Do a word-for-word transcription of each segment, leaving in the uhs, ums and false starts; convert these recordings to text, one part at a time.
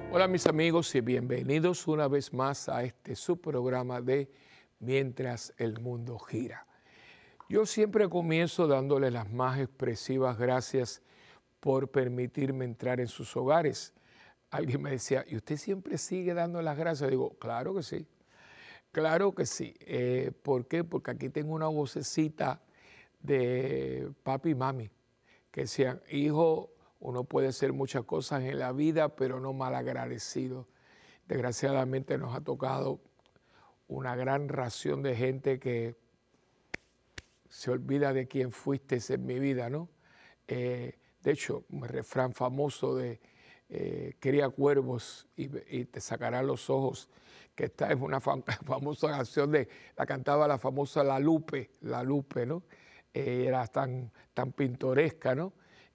Hola mis amigos y bienvenidos una vez más a este subprograma de Mientras el Mundo Gira. Yo siempre comienzo dándole las más expresivas gracias por permitirme entrar en sus hogares. Alguien me decía, ¿y usted siempre sigue dando las gracias? Digo, claro que sí, claro que sí. Eh, ¿Por qué? Porque aquí tengo una vocecita de papi y mami que decían, hijo, uno puede hacer muchas cosas en la vida, pero no mal agradecido. Desgraciadamente nos ha tocado una gran ración de gente que se olvida de quién fuiste en mi vida, ¿no? Eh, de hecho, un refrán famoso de eh, cría cuervos y, y te sacarán los ojos, que esta es una fam famosa canción de, la cantaba la famosa La Lupe, La Lupe, ¿no? Eh, era tan, tan pintoresca, ¿no?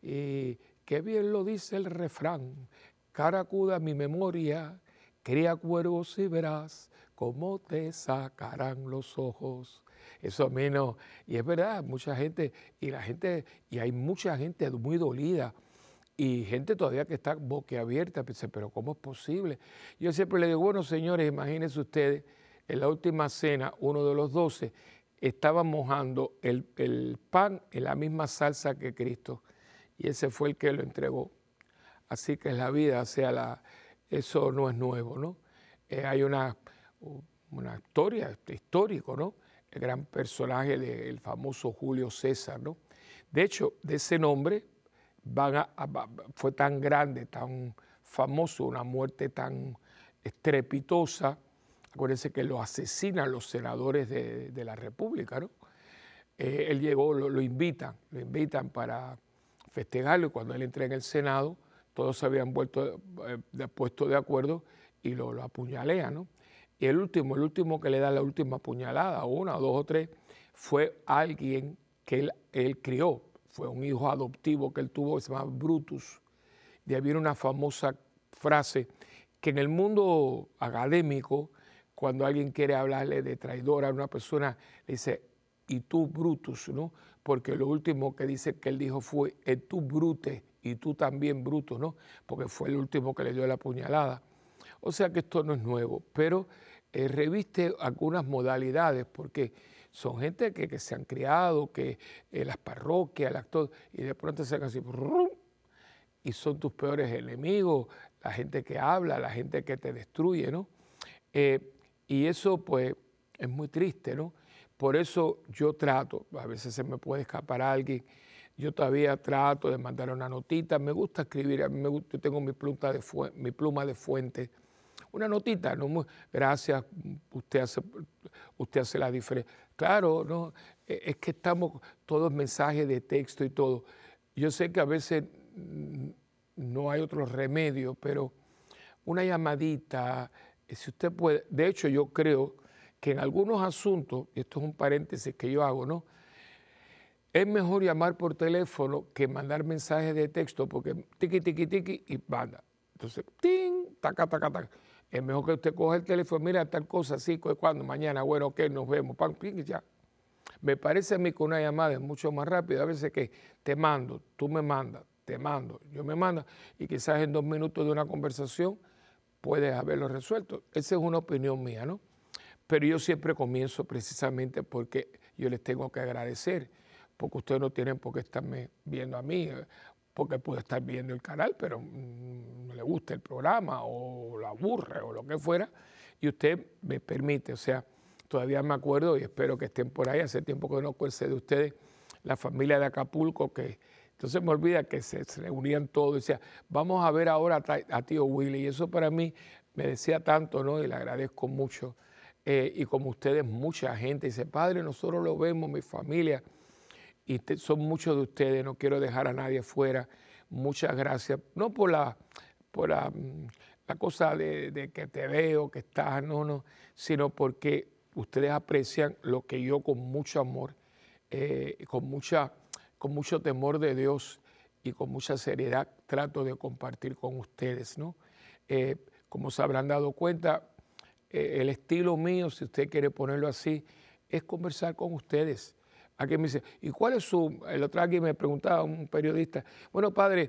Y qué bien lo dice el refrán, cara acuda a mi memoria, cría cuervos y verás cómo te sacarán los ojos. Eso a mí no, y es verdad, mucha gente, y la gente, y hay mucha gente muy dolida, y gente todavía que está boquiabierta, dice, pero ¿cómo es posible? Yo siempre le digo, bueno, señores, imagínense ustedes, en la última cena, uno de los doce estaba mojando el, el pan en la misma salsa que Cristo, y ese fue el que lo entregó. Así que en la vida, o sea, la, eso no es nuevo, ¿no? Eh, hay una, una historia, este, histórico, ¿no? El gran personaje del famoso Julio César, ¿no? De hecho, de ese nombre van a, a, fue tan grande, tan famoso, una muerte tan estrepitosa. Acuérdense que lo asesinan los senadores de, de la República, ¿no? Eh, él llegó, lo, lo invitan, lo invitan para festejarlo y cuando él entra en el Senado, todos se habían vuelto, eh, de, puesto de acuerdo y lo, lo apuñalean, ¿no? Y el último, el último que le da la última puñalada, una, dos o tres, fue alguien que él, él crió, fue un hijo adoptivo que él tuvo, que se llama Brutus. De ahí viene una famosa frase que en el mundo académico, cuando alguien quiere hablarle de traidor a una persona, le dice, y tú Brutus, ¿no? Porque lo último que dice que él dijo fue, y tú Brute, y tú también Brutus, ¿no? Porque fue el último que le dio la puñalada. O sea que esto no es nuevo, pero eh, reviste algunas modalidades, porque son gente que, que se han criado, que eh, las parroquias, las, todo, y de pronto se hacen así, ¡rum! Y son tus peores enemigos, la gente que habla, la gente que te destruye, ¿no? Eh, y eso pues es muy triste, ¿no? Por eso yo trato, a veces se me puede escapar alguien, yo todavía trato de mandar una notita, me gusta escribir, a mí me gusta, yo tengo mi pluma de, fu mi pluma de fuente, una notita, ¿no? Gracias, usted hace, usted hace la diferencia. Claro, ¿no? Es que estamos todos mensajes de texto y todo. Yo sé que a veces no hay otro remedio, pero una llamadita, si usted puede, de hecho yo creo que en algunos asuntos, y esto es un paréntesis que yo hago, ¿no? Es mejor llamar por teléfono que mandar mensajes de texto, porque tiqui, tiqui, tiqui, y manda. Entonces, ting, taca, taca, taca. Es mejor que usted coja el teléfono, mira tal cosa, así, cuando, mañana, bueno, ok, nos vemos, pam, ping, y ya. Me parece a mí que una llamada es mucho más rápida, a veces que te mando, tú me mandas, te mando, yo me mando, y quizás en dos minutos de una conversación puedes haberlo resuelto. Esa es una opinión mía, ¿no? Pero yo siempre comienzo precisamente porque yo les tengo que agradecer, porque ustedes no tienen por qué estarme viendo a mí, porque puede estar viendo el canal, pero no le gusta el programa o lo aburre o lo que fuera, y usted me permite, o sea, todavía me acuerdo y espero que estén por ahí, hace tiempo que no acuerdo de ustedes, la familia de Acapulco, que entonces me olvida que se, se reunían todos, y decía, vamos a ver ahora a, a tío Willy, y eso para mí me decía tanto, ¿no? Y le agradezco mucho. Eh, y como ustedes, mucha gente dice, padre, nosotros lo vemos, mi familia, y te, son muchos de ustedes, no quiero dejar a nadie fuera, muchas gracias, no por la, por la, la cosa de, de que te veo, que estás, no, no, sino porque ustedes aprecian lo que yo con mucho amor, eh, con, mucha, con mucho temor de Dios y con mucha seriedad trato de compartir con ustedes, ¿no? Eh, como se habrán dado cuenta, el estilo mío, si usted quiere ponerlo así, es conversar con ustedes. Alguien me dice, ¿y cuál es su...? El otro día me preguntaba, un periodista, bueno, padre,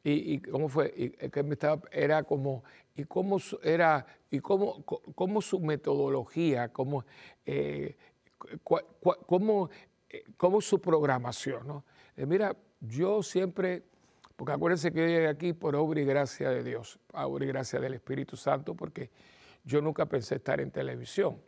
y, y cómo fue, y que me estaba, era como, y cómo su- era, y cómo, co- cómo su metodología, cómo, eh, cua- cua- cómo, eh, cómo su programación, ¿no? Eh, mira, yo siempre, porque acuérdense que yo llegué aquí por obra y gracia de Dios, por obra y gracia del Espíritu Santo, porque yo nunca pensé estar en televisión.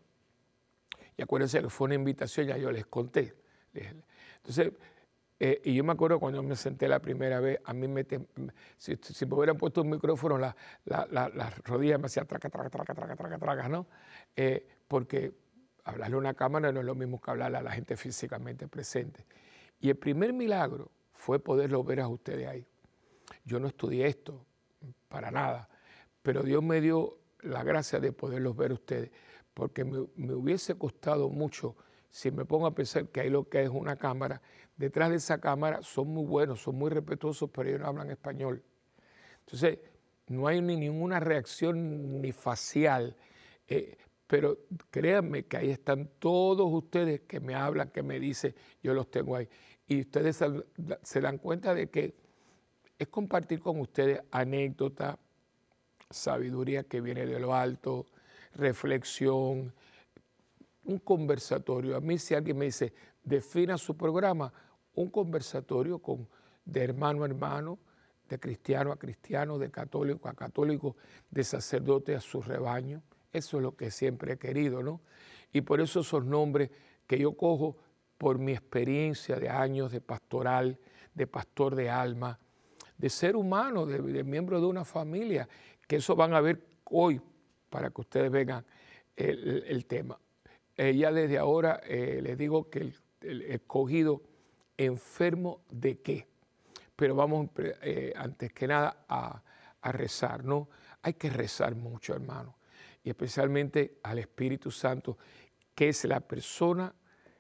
Y acuérdense que fue una invitación, ya yo les conté. Les- Entonces, eh, y yo me acuerdo cuando me senté la primera vez, a mí me, tem- si, si me hubieran puesto un micrófono, la- la- la- las rodillas me hacían traca, traca, traca, traca, traca, traca, ¿no? Eh, porque hablarle a una cámara no es lo mismo que hablarle a la gente físicamente presente. Y el primer milagro fue poderlo ver a ustedes ahí. Yo no estudié esto, para nada, pero Dios me dio la gracia de poderlos ver a ustedes, porque me, me hubiese costado mucho si me pongo a pensar que hay lo que es una cámara. Detrás de esa cámara son muy buenos, son muy respetuosos, pero ellos no hablan español. Entonces, no hay ni ninguna reacción ni facial, eh, pero créanme que ahí están todos ustedes que me hablan, que me dicen, yo los tengo ahí. Y ustedes se, se dan cuenta de que es compartir con ustedes anécdotas, sabiduría que viene de lo alto, reflexión, un conversatorio. A mí si alguien me dice, defina su programa, un conversatorio con, de hermano a hermano, de cristiano a cristiano, de católico a católico, de sacerdote a su rebaño. Eso es lo que siempre he querido, ¿no? Y por eso esos nombres que yo cojo por mi experiencia de años de pastoral, de pastor de alma, de ser humano, de, de miembro de una familia, que eso van a ver hoy para que ustedes vean el, el tema. Eh, ya desde ahora eh, les digo que el, el escogido enfermo de qué, pero vamos eh, antes que nada a, a rezar, ¿no? Hay que rezar mucho, hermano, y especialmente al Espíritu Santo, que es la persona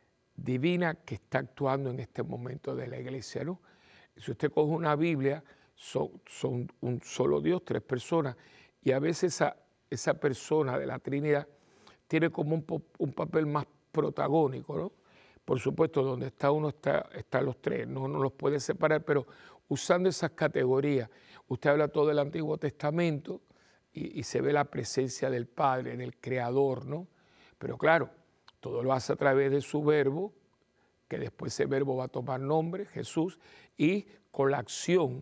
divina que está actuando en este momento de la iglesia, ¿no? Si usted coge una Biblia, son, son un solo Dios, tres personas, y a veces esa, esa persona de la Trinidad tiene como un, un papel más protagónico, ¿no? Por supuesto, donde está uno está, están los tres, no, no los puede separar, pero usando esas categorías, usted habla todo el Antiguo Testamento y, y se ve la presencia del Padre, del Creador, ¿no? Pero claro, todo lo hace a través de su verbo, que después ese verbo va a tomar nombre, Jesús, y con la acción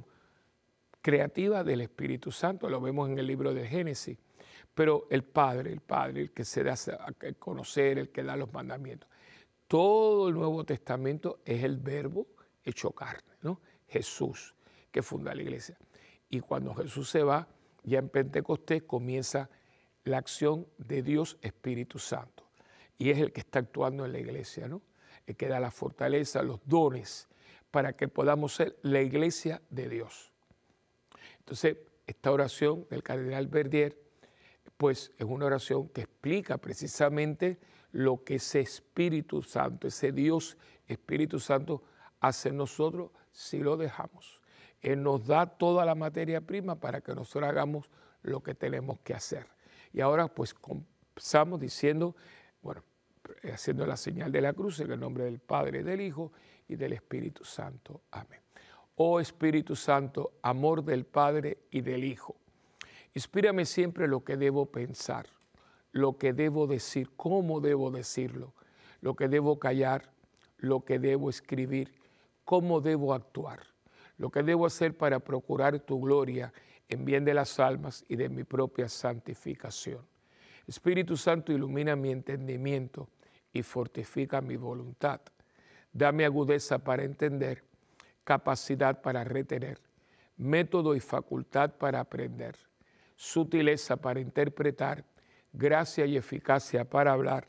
creativa del Espíritu Santo, lo vemos en el libro de Génesis. Pero el Padre, el Padre, el que se da a conocer, el que da los mandamientos. Todo el Nuevo Testamento es el verbo hecho carne, ¿no? Jesús, que funda la iglesia. Y cuando Jesús se va, ya en Pentecostés comienza la acción de Dios Espíritu Santo. Y es el que está actuando en la iglesia, ¿no? El que da la fortaleza, los dones, para que podamos ser la iglesia de Dios. Entonces, esta oración del cardenal Verdier, pues es una oración que explica precisamente lo que ese Espíritu Santo, ese Dios Espíritu Santo hace en nosotros si lo dejamos. Él nos da toda la materia prima para que nosotros hagamos lo que tenemos que hacer. Y ahora pues comenzamos diciendo, bueno, haciendo la señal de la cruz en el nombre del Padre, del Hijo y del Espíritu Santo. Amén. Oh Espíritu Santo, amor del Padre y del Hijo, inspírame siempre lo que debo pensar, lo que debo decir, cómo debo decirlo, lo que debo callar, lo que debo escribir, cómo debo actuar, lo que debo hacer para procurar tu gloria en bien de las almas y de mi propia santificación. Espíritu Santo, ilumina mi entendimiento y fortifica mi voluntad. Dame agudeza para entender, capacidad para retener, método y facultad para aprender, sutileza para interpretar, gracia y eficacia para hablar.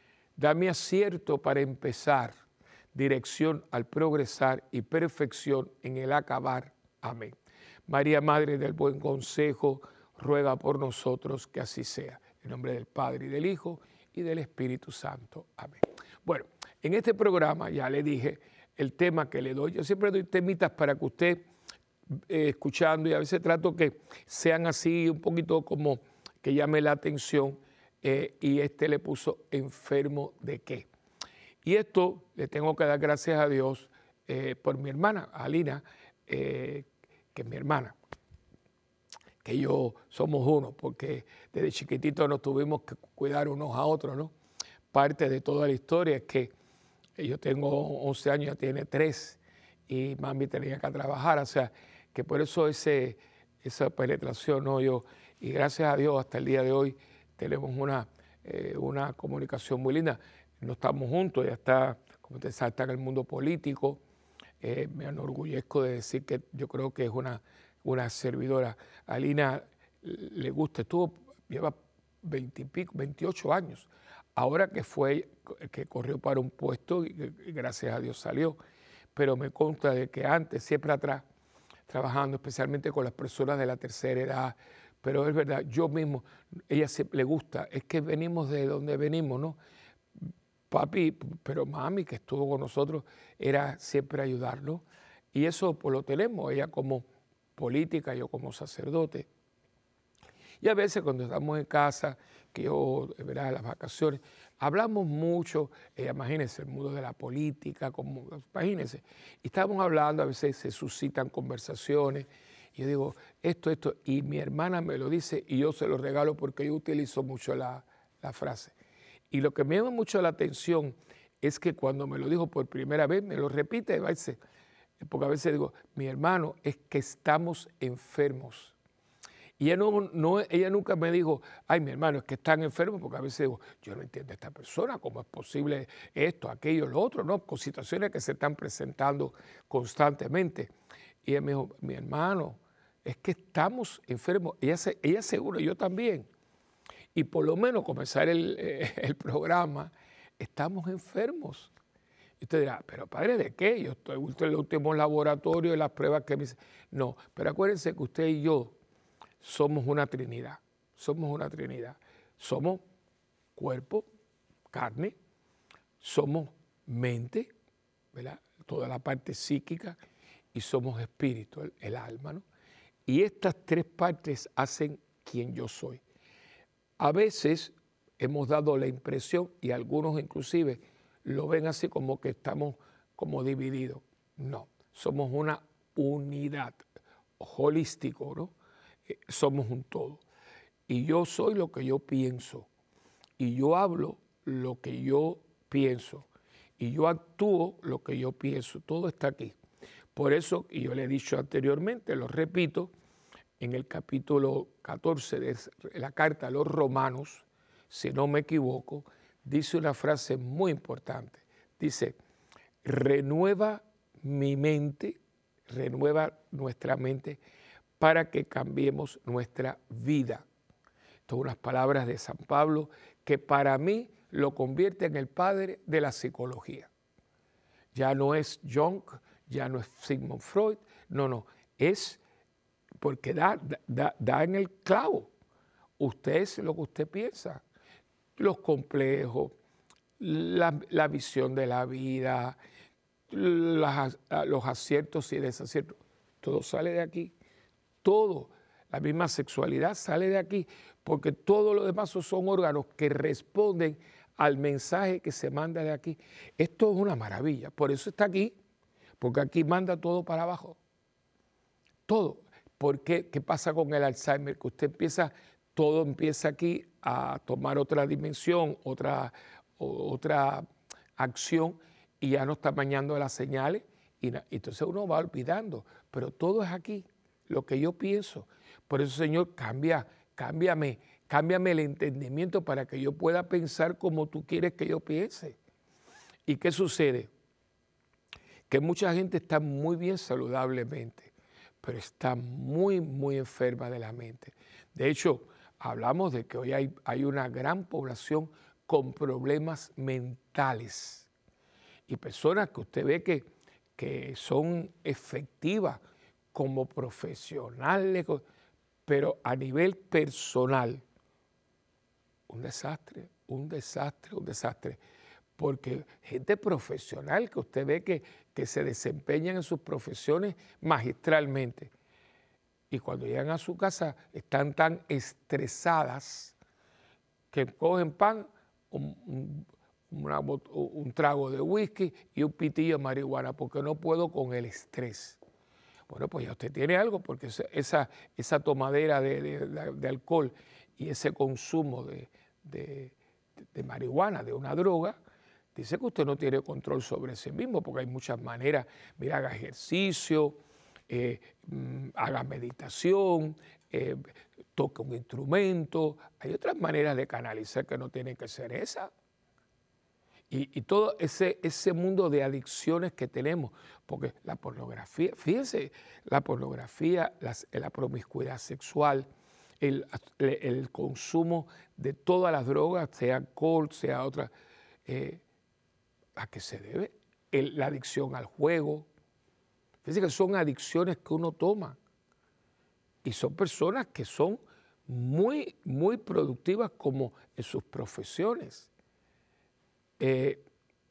Dame acierto para empezar, dirección al progresar y perfección en el acabar. Amén. María, Madre del Buen Consejo, ruega por nosotros que así sea. En nombre del Padre y del Hijo y del Espíritu Santo. Amén. Bueno, en este programa ya le dije el tema que le doy. Yo siempre doy temitas para que usted, eh, escuchando, y a veces trato que sean así un poquito como que llame la atención, eh, y este le puso enfermo de qué. Y esto le tengo que dar gracias a Dios eh, por mi hermana, Alina, eh, que mi hermana, que yo somos uno, porque desde chiquititos nos tuvimos que cuidar unos a otros, ¿no? Parte de toda la historia es que yo tengo once años, ella tiene tres, y mami tenía que trabajar, o sea, que por eso ese, esa penetración, ¿no? Yo, y gracias a Dios hasta el día de hoy tenemos una, eh, una comunicación muy linda. No estamos juntos, ella está, como usted sabe, está en el mundo político. Eh, me enorgullezco de decir que yo creo que es una, una servidora. A Lina le gusta, estuvo, lleva veinte y pico, veintiocho años. Ahora que fue, que corrió para un puesto y, y gracias a Dios salió, pero me consta de que antes, siempre atrás, trabajando especialmente con las personas de la tercera edad, pero es verdad, yo mismo, ella se, le gusta, es que venimos de donde venimos, ¿no? Papi, pero mami que estuvo con nosotros, era siempre ayudarnos, y eso pues lo tenemos, ella como política, yo como sacerdote. Y a veces cuando estamos en casa, que yo, ¿verdad?, las vacaciones, hablamos mucho, eh, imagínense, el mundo de la política, como, imagínense, y estamos hablando, a veces se suscitan conversaciones, y yo digo, esto, esto, y mi hermana me lo dice, y yo se lo regalo porque yo utilizo mucho la, la frase. Y lo que me llama mucho la atención es que cuando me lo dijo por primera vez, me lo repite, a veces, porque a veces digo, mi hermano, es que estamos enfermos. Y ella, no, no, ella nunca me dijo, ay, mi hermano, es que están enfermos, porque a veces digo, yo no entiendo a esta persona, cómo es posible esto, aquello, lo otro, ¿no? Con situaciones que se están presentando constantemente. Y ella me dijo, mi hermano, es que estamos enfermos. Ella, ella seguro, yo también. Y por lo menos comenzar el, eh, el programa, estamos enfermos. Y usted dirá, pero padre, ¿de qué? Yo estoy en el último laboratorio de las pruebas que me dicen. No, pero acuérdense que usted y yo somos una trinidad, somos una trinidad. Somos cuerpo, carne, somos mente, ¿verdad?, toda la parte psíquica, y somos espíritu, el, el alma, ¿no? Y estas tres partes hacen quien yo soy. A veces hemos dado la impresión, y algunos inclusive lo ven así como que estamos como divididos. No, somos una unidad, holístico, ¿no? Eh, somos un todo. Y yo soy lo que yo pienso, y yo hablo lo que yo pienso, y yo actúo lo que yo pienso. Todo está aquí. Por eso, y yo le he dicho anteriormente, lo repito, en el capítulo catorce de la carta a los Romanos, si no me equivoco, dice una frase muy importante. Dice, renueva mi mente, renueva nuestra mente para que cambiemos nuestra vida. Estas son unas palabras de San Pablo que para mí lo convierte en el padre de la psicología. Ya no es Jung, ya no es Sigmund Freud, no, no, es porque da, da, da en el clavo. Usted es lo que usted piensa, los complejos, la, la visión de la vida, las, los aciertos y desaciertos, todo sale de aquí, todo, la misma sexualidad sale de aquí, porque todo lo demás son órganos que responden al mensaje que se manda de aquí. Esto es una maravilla, por eso está aquí, porque aquí manda todo para abajo, todo. ¿Por qué? ¿Qué pasa con el Alzheimer? Que usted empieza, todo empieza aquí a tomar otra dimensión, otra, otra acción, y ya no está mañando las señales, y entonces uno va olvidando, pero todo es aquí, lo que yo pienso. Por eso, Señor, cambia, cámbiame, cámbiame el entendimiento para que yo pueda pensar como tú quieres que yo piense. ¿Y qué sucede? Que mucha gente está muy bien saludablemente, pero está muy, muy enferma de la mente. De hecho, hablamos de que hoy hay, hay una gran población con problemas mentales y personas que usted ve que, que son efectivas como profesionales, pero a nivel personal, un desastre, un desastre, un desastre. Porque gente profesional que usted ve que, que se desempeñan en sus profesiones magistralmente, y cuando llegan a su casa están tan estresadas que cogen pan, un, un, una, un trago de whisky y un pitillo de marihuana, porque no puedo con el estrés. Bueno, pues ya usted tiene algo, porque esa, esa tomadera de, de, de alcohol y ese consumo de, de, de marihuana, de una droga, dice que usted no tiene control sobre sí mismo, porque hay muchas maneras. Mira, haga ejercicio, eh, haga meditación, eh, toque un instrumento. Hay otras maneras de canalizar que no tienen que ser esa. Y, y todo ese, ese mundo de adicciones que tenemos, porque la pornografía, fíjense, la pornografía, las, la promiscuidad sexual, el, el consumo de todas las drogas, sea alcohol, sea otra, eh, ¿a qué se debe? El, la adicción al juego. Fíjense que son adicciones que uno toma y son personas que son muy, muy productivas como en sus profesiones. Eh,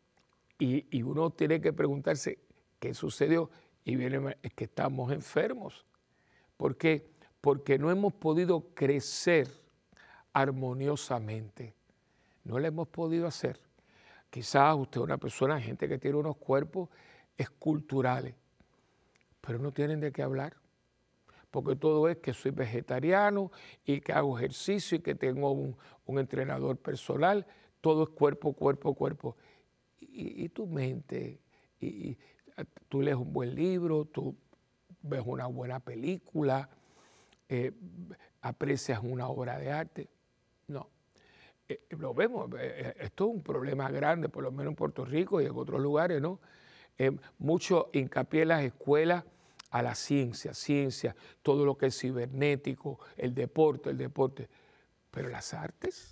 y, y uno tiene que preguntarse qué sucedió y viene, es que estamos enfermos. ¿Por qué? Porque no hemos podido crecer armoniosamente. No lo hemos podido hacer. Quizás usted es una persona, gente que tiene unos cuerpos esculturales, pero no tienen de qué hablar. Porque todo es que soy vegetariano y que hago ejercicio y que tengo un, un entrenador personal. Todo es cuerpo, cuerpo, cuerpo. Y, y tu mente, y, y tú lees un buen libro, tú ves una buena película, eh, aprecias una obra de arte. No, eh, lo vemos, eh, esto es un problema grande, por lo menos en Puerto Rico y en otros lugares, ¿no? Eh, mucho hincapié en las escuelas a la ciencia, ciencia, todo lo que es cibernético, el deporte, el deporte, pero las artes,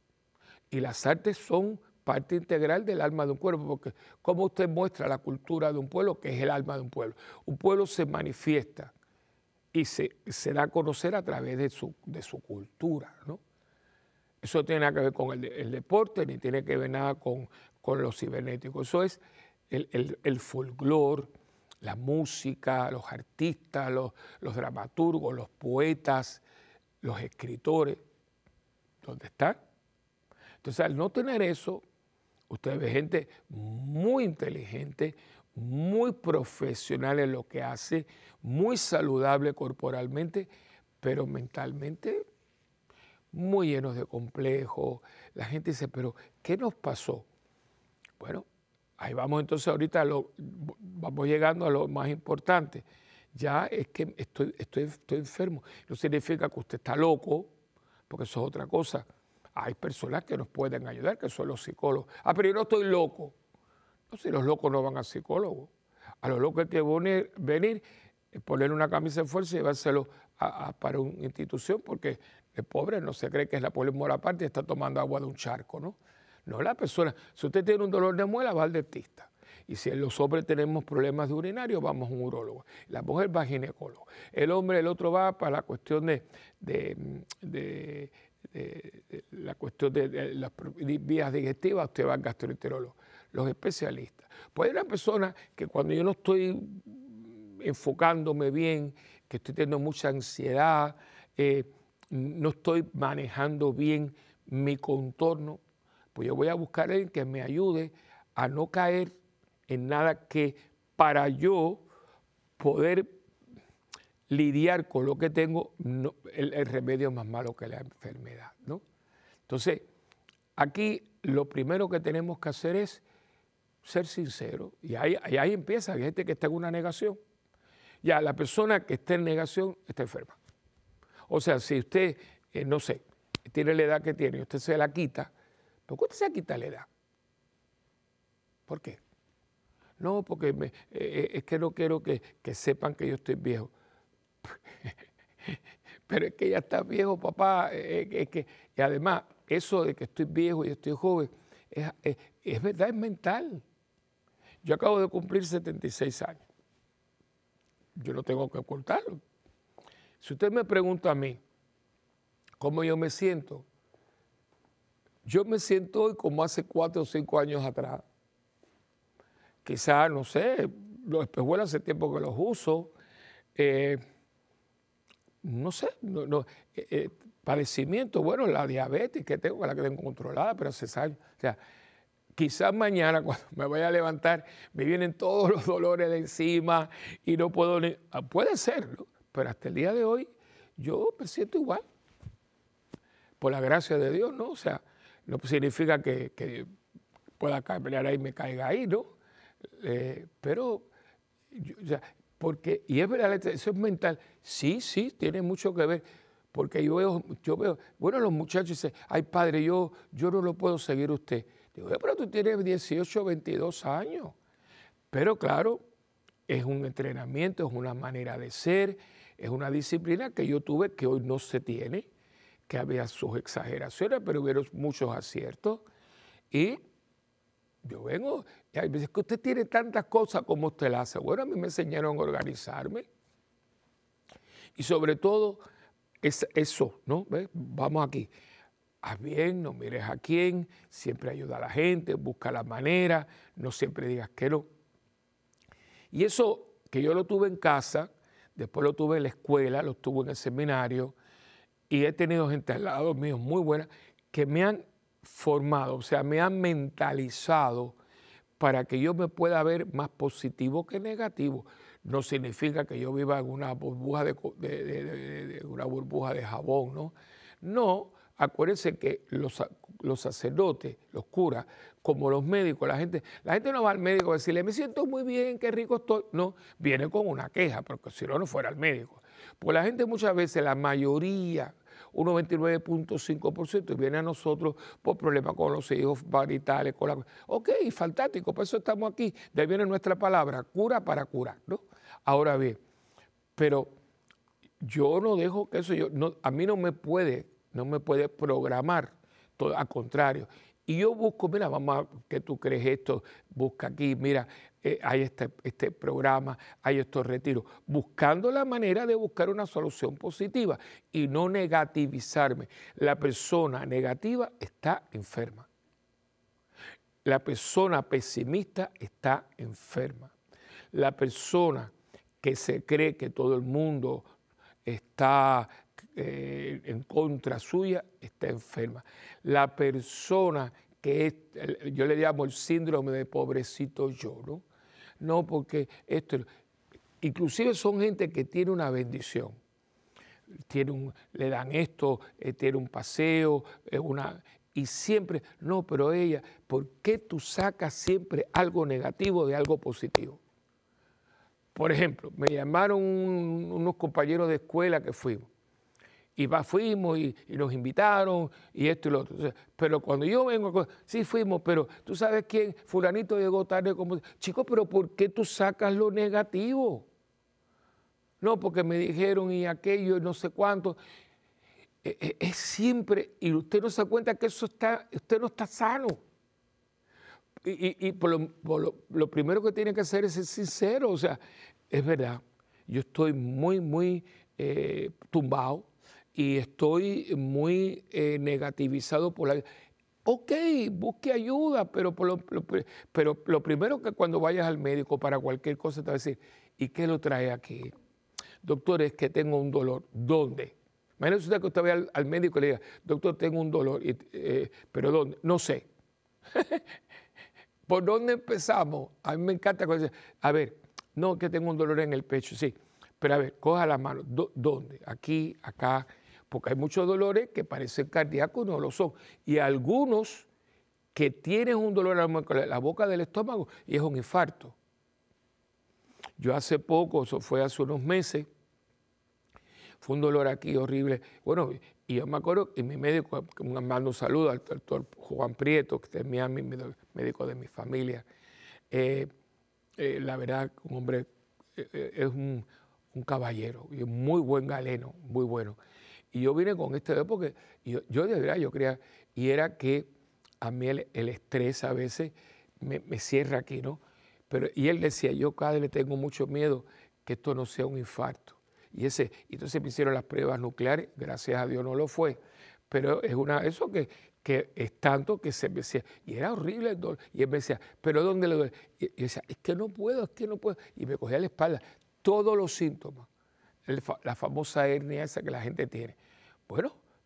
y las artes son parte integral del alma de un pueblo, porque ¿cómo usted muestra la cultura de un pueblo, que es el alma de un pueblo? Un pueblo se manifiesta y se, se da a conocer a través de su, de su cultura, ¿no? Eso no tiene nada que ver con el, el deporte, ni tiene que ver nada con, con lo cibernético. Eso es el, el, el folclore, la música, los artistas, los, los dramaturgos, los poetas, los escritores. ¿Dónde están? Entonces, al no tener eso, usted ve gente muy inteligente, muy profesional en lo que hace, muy saludable corporalmente, pero mentalmente muy llenos de complejos. La gente dice, pero ¿qué nos pasó? Bueno, ahí vamos entonces ahorita, a lo, vamos llegando a lo más importante. Ya es que estoy, estoy, estoy enfermo. No significa que usted está loco, porque eso es otra cosa. Hay personas que nos pueden ayudar, que son los psicólogos. Ah, pero yo no estoy loco. No, si los locos no van al psicólogo. A los locos hay que venir, venir poner una camisa de fuerza y llevárselo a, a, para una institución, porque el pobre no se cree que es la polimora aparte y está tomando agua de un charco, ¿no? No, la persona, si usted tiene un dolor de muela, va al dentista. Y si los hombres tenemos problemas de urinario, vamos a un urólogo. La mujer va al ginecólogo. El hombre, el otro va para la cuestión de, de, de, de, de la cuestión de, de las vías digestivas, usted va al gastroenterólogo. Los especialistas. Pues hay una persona que cuando yo no estoy enfocándome bien, que estoy teniendo mucha ansiedad, eh, no estoy manejando bien mi contorno, pues yo voy a buscar a alguien que me ayude a no caer en nada que para yo poder lidiar con lo que tengo, no, el, el remedio es más malo que la enfermedad, ¿no? Entonces, aquí lo primero que tenemos que hacer es ser sincero. Y ahí, ahí empieza, hay gente que está en una negación. Ya, la persona que está en negación está enferma. O sea, si usted, eh, no sé, tiene la edad que tiene y usted se la quita, ¿por qué usted se quita la edad? ¿Por qué? No, porque me, eh, es que no quiero que, que sepan que yo estoy viejo. Pero es que ya está viejo, papá. Eh, es que, y además, eso de que estoy viejo y estoy joven, es, es, es verdad, es mental. Yo acabo de cumplir setenta y seis años. Yo no tengo que ocultarlo. Si usted me pregunta a mí cómo yo me siento, yo me siento hoy como hace cuatro o cinco años atrás. Quizás, no sé, los espejuelos hace tiempo que los uso. Eh, no sé, no, no, eh, eh, padecimiento, bueno, la diabetes que tengo, la que tengo controlada, pero hace años. O sea, quizás mañana cuando me vaya a levantar me vienen todos los dolores de encima y no puedo ni... Puede ser, ¿no? Pero hasta el día de hoy yo me siento igual. Por la gracia de Dios, ¿no? O sea, no significa que, que pueda pelear ahí y me caiga ahí, ¿no? Eh, pero, yo, o sea, porque, y es verdad, eso es mental. Sí, sí, tiene mucho que ver. Porque yo veo, yo veo, bueno, los muchachos dicen, ay padre, yo, yo no lo puedo seguir usted. Digo, pero tú tienes dieciocho, veintidós años. Pero claro, es un entrenamiento, es una manera de ser, es una disciplina que yo tuve que hoy no se tiene, que había sus exageraciones, pero hubieron muchos aciertos. Y yo vengo, y hay veces que usted tiene tantas cosas como usted las hace. Bueno, a mí me enseñaron a organizarme. Y sobre todo, es eso, ¿no? ¿Ves? Vamos aquí. Haz bien, no mires a quién, siempre ayuda a la gente, busca la manera, no siempre digas que no. Y eso que yo lo tuve en casa, después lo tuve en la escuela, lo tuve en el seminario, y he tenido gente al lado mío muy buena que me han formado, o sea, me han mentalizado para que yo me pueda ver más positivo que negativo. No significa que yo viva en una burbuja de, de, de, de, de una burbuja de jabón, ¿no? No, acuérdense que los, los sacerdotes, los curas, como los médicos, la gente, la gente no va al médico a decirle, me siento muy bien, qué rico estoy. No, viene con una queja, porque si no, no fuera al médico. Pues la gente muchas veces, la mayoría, un noventa y nueve punto cinco por ciento, viene a nosotros por problemas con los hijos maritales, con la... Ok, fantástico, por eso estamos aquí. De ahí viene nuestra palabra, cura para curar, ¿no? Ahora bien, pero yo no dejo que eso, yo, no, a mí no me puede, no me puede programar, todo, al contrario. Y yo busco, mira, vamos a, ¿qué tú crees esto? Busca aquí, mira, eh, hay este, este programa, hay estos retiros, buscando la manera de buscar una solución positiva y no negativizarme. La persona negativa está enferma. La persona pesimista está enferma. La persona que se cree que todo el mundo está eh, en contra suya, está enferma. La persona que es, yo le llamo el síndrome de pobrecito yo, ¿no? No, porque esto, inclusive son gente que tiene una bendición. Tiene un, le dan esto, eh, tiene un paseo, eh, una... Y siempre, no, pero ella, ¿por qué tú sacas siempre algo negativo de algo positivo? Por ejemplo, me llamaron un, unos compañeros de escuela que fuimos. Y va, fuimos y, y nos invitaron y esto y lo otro. Entonces, pero cuando yo vengo, sí fuimos, pero tú sabes quién, fulanito llegó tarde. Como, chicos, pero ¿por qué tú sacas lo negativo? No, porque me dijeron y aquello y no sé cuánto. Es, es siempre, y usted no se da cuenta que eso está, usted no está sano. Y, y, y por lo, por lo, lo primero que tiene que hacer es ser sincero. O sea, es verdad, yo estoy muy, muy eh, tumbado y estoy muy eh, negativizado por la vida. Ok, busque ayuda, pero, por lo, lo, pero lo primero que cuando vayas al médico para cualquier cosa te va a decir, ¿y qué lo trae aquí? Doctor, es que tengo un dolor. ¿Dónde? Imagínese usted que usted vaya al, al médico y le diga, doctor, tengo un dolor, y, eh, pero ¿dónde? No sé. ¿Por dónde empezamos? A mí me encanta cuando dice, a ver, no, que tengo un dolor en el pecho, sí, pero a ver, coja la mano, ¿dónde? Aquí, acá, porque hay muchos dolores que parecen cardíacos y no lo son. Y algunos que tienen un dolor en la boca del estómago y es un infarto. Yo hace poco, eso fue hace unos meses, fue un dolor aquí horrible. Bueno, y yo me acuerdo, y mi médico, me mando un saludo al doctor Juan Prieto, que es mi médico de mi familia. Eh, eh, la verdad, un hombre, eh, es un, un caballero, y un muy buen galeno, muy bueno. Y yo vine con este dedo porque yo, yo de verdad, yo creía, y era que a mí el, el estrés a veces me, me cierra aquí, ¿no? Pero, y él decía, yo cada vez le tengo mucho miedo que esto no sea un infarto. Y ese, entonces me hicieron las pruebas nucleares, gracias a Dios no lo fue, pero es una, eso que, que es tanto que se me decía, y era horrible el dolor, y él me decía, ¿pero dónde le duele? Y yo decía, es que no puedo, es que no puedo, y me cogía la espalda, todos los síntomas, el, la famosa hernia esa que la gente tiene. Bueno,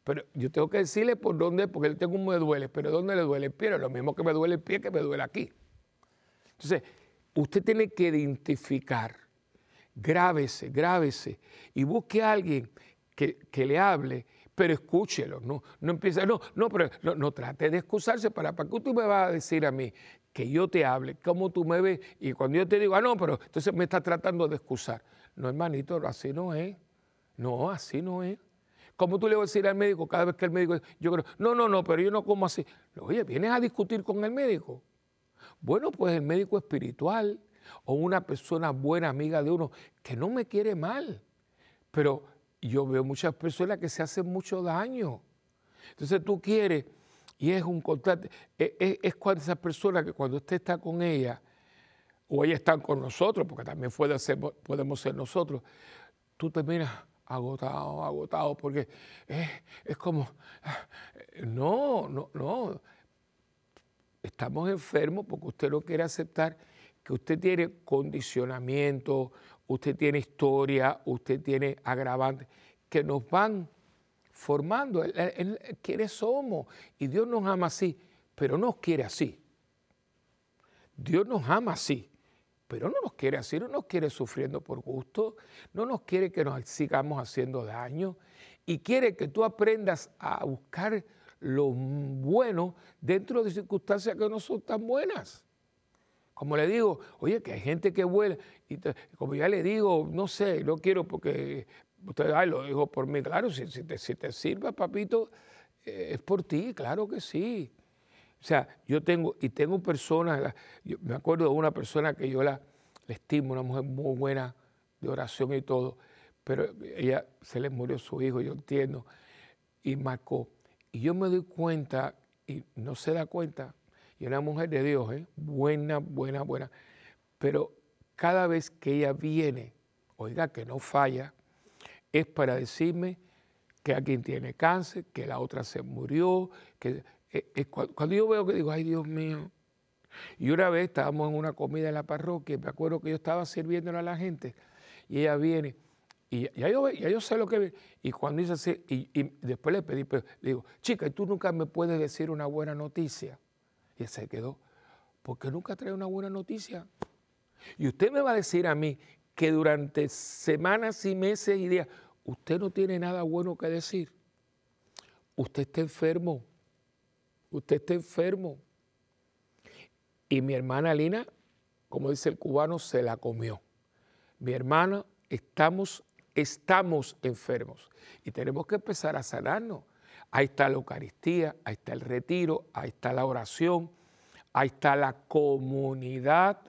pero yo tengo que decirle por dónde, porque él tengo un me duele, pero ¿dónde le duele el pie? Lo mismo que me duele el pie que me duele aquí. Entonces, usted tiene que identificar, grábese, grábese y busque a alguien que, que le hable, pero escúchelo, no, no empiece, no, no, pero no, no trate de excusarse para, ¿para qué tú me vas a decir a mí que yo te hable, cómo tú me ves? Y cuando yo te digo, ah, no, pero entonces me estás tratando de excusar. No, hermanito, así no es. No, así no es. ¿Cómo tú le vas a decir al médico cada vez que el médico, yo creo, no, no, no, pero yo no como así? Oye, ¿vienes a discutir con el médico? Bueno, pues el médico espiritual o una persona buena amiga de uno que no me quiere mal, pero yo veo muchas personas que se hacen mucho daño. Entonces tú quieres, y es un constante, es, es, es cuando esas personas que cuando usted está con ella, o ellas están con nosotros, porque también puede ser, podemos ser nosotros, tú terminas agotado, agotado, porque es, es como, no, no, no, estamos enfermos porque usted no quiere aceptar que usted tiene condicionamiento, usted tiene historia, usted tiene agravantes que nos van formando el, el, el, quiénes somos. Y Dios nos ama así, pero no nos quiere así. Dios nos ama así, pero no nos quiere así, no nos quiere sufriendo por gusto, no nos quiere que nos sigamos haciendo daño y quiere que tú aprendas a buscar lo bueno dentro de circunstancias que no son tan buenas. Como le digo, oye, que hay gente que vuela, y te, como ya le digo, no sé, no quiero porque usted ay, lo dijo por mí, claro, si, si, te, si te sirva, papito, eh, es por ti, claro que sí. O sea, yo tengo, y tengo personas, yo me acuerdo de una persona que yo la, la estimo, una mujer muy buena de oración y todo, pero ella se le murió su hijo, yo entiendo, y marcó. Y yo me doy cuenta, y no se da cuenta, y una mujer de Dios, ¿eh? buena, buena, buena, pero cada vez que ella viene, oiga, que no falla, es para decirme que alguien tiene cáncer, que la otra se murió, que es, es, cuando yo veo que digo, ay Dios mío, y una vez estábamos en una comida en la parroquia, me acuerdo que yo estaba sirviéndole a la gente, y ella viene, y ya yo, ya yo sé lo que ve, y cuando dice así, y, y después le pedí, pero le digo, chica, ¿y tú nunca me puedes decir una buena noticia? Y se quedó, ¿por qué nunca trae una buena noticia? Y usted me va a decir a mí que durante semanas y meses y días, usted no tiene nada bueno que decir. Usted está enfermo, usted está enfermo. Y mi hermana Lina, como dice el cubano, se la comió. Mi hermana, estamos, estamos enfermos y tenemos que empezar a sanarnos. Ahí está la Eucaristía, ahí está el retiro, ahí está la oración, ahí está la comunidad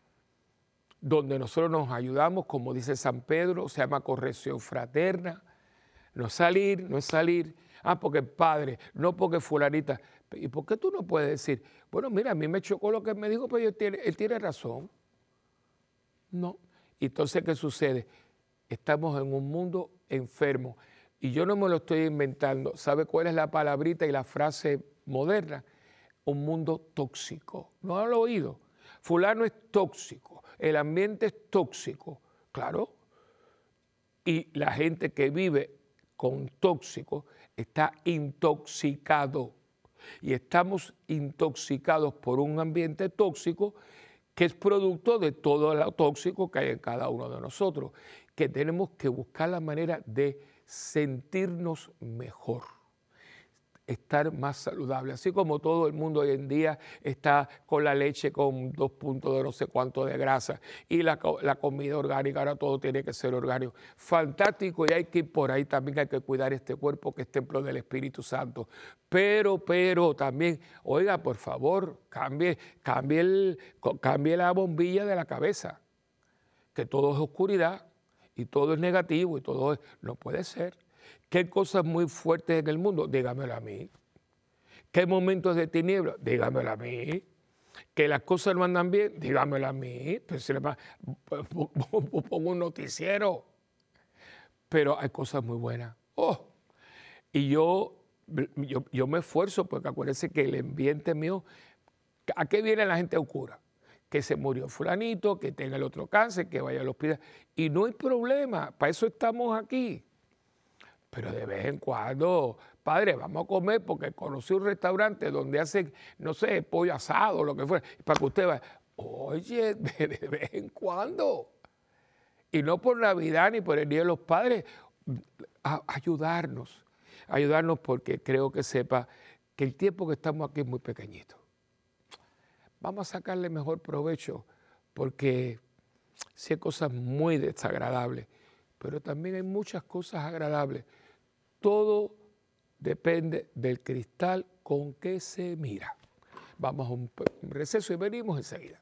donde nosotros nos ayudamos, como dice San Pedro, se llama corrección fraterna. No es salir, no es salir, ah, porque el padre, no porque fulanita. ¿Y por qué tú no puedes decir, bueno, mira, a mí me chocó lo que me dijo, pero él tiene, él tiene razón? No. Y entonces, ¿qué sucede? Estamos en un mundo enfermo. Y yo no me lo estoy inventando. ¿Sabe cuál es la palabrita y la frase moderna? Un mundo tóxico. ¿No lo han oído? Fulano es tóxico, el ambiente es tóxico. Claro. Y la gente que vive con tóxico está intoxicado. Y estamos intoxicados por un ambiente tóxico que es producto de todo lo tóxico que hay en cada uno de nosotros, que tenemos que buscar la manera de sentirnos mejor, estar más saludable. Así como todo el mundo hoy en día está con la leche con dos puntos de no sé cuánto de grasa y la, la comida orgánica, ahora todo tiene que ser orgánico. Fantástico, y hay que ir por ahí, también hay que cuidar este cuerpo que es templo del Espíritu Santo. Pero, pero también, oiga, por favor, cambie, cambie, el, cambie la bombilla de la cabeza, que todo es oscuridad y todo es negativo y todo es, no puede ser. ¿Qué hay cosas muy fuertes en el mundo? Dígamelo a mí. ¿Qué hay momentos de tinieblas? Dígamelo a mí. ¿Que las cosas no andan bien? Dígamelo a mí. Pues se le va, pongo un noticiero. Pero hay cosas muy buenas. Oh, y yo, yo, yo me esfuerzo porque acuérdense que el ambiente mío, ¿a qué viene la gente oscura? Que se murió fulanito, que tenga el otro cáncer, que vaya al hospital. Y no hay problema, para eso estamos aquí. pero de vez en cuando, padre, vamos a comer porque conocí un restaurante donde hacen, no sé, pollo asado o lo que fuera, para que usted vaya. Oye, de, de vez en cuando. Y no por Navidad ni por el Día de los Padres, a ayudarnos, ayudarnos porque creo que sepa que el tiempo que estamos aquí es muy pequeñito. Vamos a sacarle mejor provecho porque sí hay cosas muy desagradables, pero también hay muchas cosas agradables. Todo depende del cristal con que se mira. Vamos a un receso y venimos enseguida.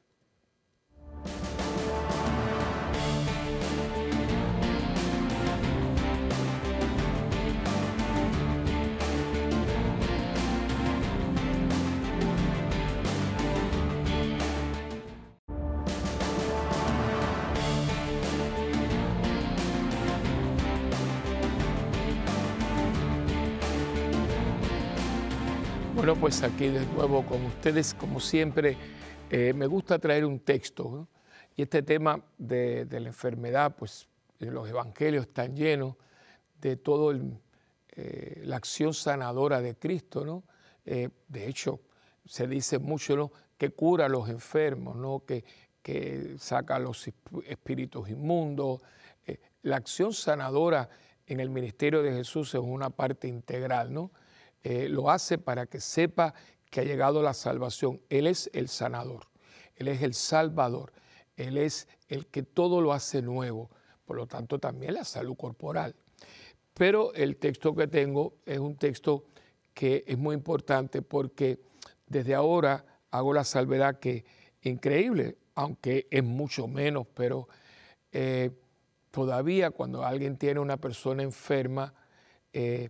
Bueno, pues aquí de nuevo con ustedes, como siempre, eh, me gusta traer un texto, ¿no? Y este tema de, de la enfermedad, pues los evangelios están llenos de toda eh, la acción sanadora de Cristo, ¿no? Eh, de hecho, se dice mucho, ¿no?, que cura a los enfermos, ¿no?, que, que saca a los espíritus inmundos. Eh, la acción sanadora en el ministerio de Jesús es una parte integral, ¿no? Eh, lo hace para que sepa que ha llegado la salvación. Él es el sanador, Él es el salvador, Él es el que todo lo hace nuevo, por lo tanto también la salud corporal. Pero el texto que tengo es un texto que es muy importante porque desde ahora hago la salvedad que, increíble, aunque es mucho menos, pero eh, todavía cuando alguien tiene una persona enferma, eh,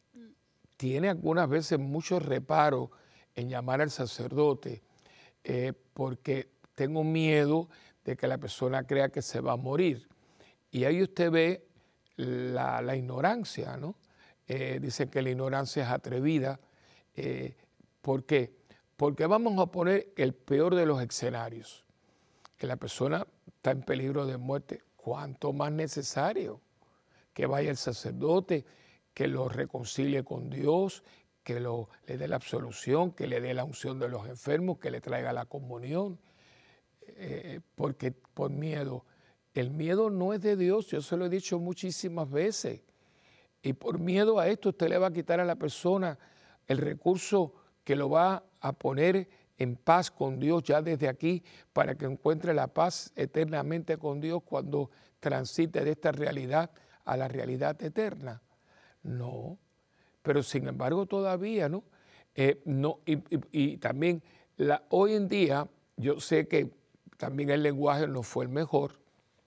tiene algunas veces mucho reparo en llamar al sacerdote eh, porque tengo miedo de que la persona crea que se va a morir. Y ahí usted ve la, la ignorancia, ¿no? Eh, dicen que la ignorancia es atrevida. Eh, ¿Por qué? Porque vamos a poner el peor de los escenarios, que la persona está en peligro de muerte. ¿Cuánto más necesario que vaya el sacerdote, que lo reconcilie con Dios, que lo, le dé la absolución, que le dé la unción de los enfermos, que le traiga la comunión? Eh, porque por miedo, el miedo no es de Dios, yo se lo he dicho muchísimas veces, y por miedo a esto usted le va a quitar a la persona el recurso que lo va a poner en paz con Dios ya desde aquí, para que encuentre la paz eternamente con Dios cuando transite de esta realidad a la realidad eterna. No, pero sin embargo todavía, ¿no? Eh, no y, y, y también la, hoy en día yo sé que también el lenguaje no fue el mejor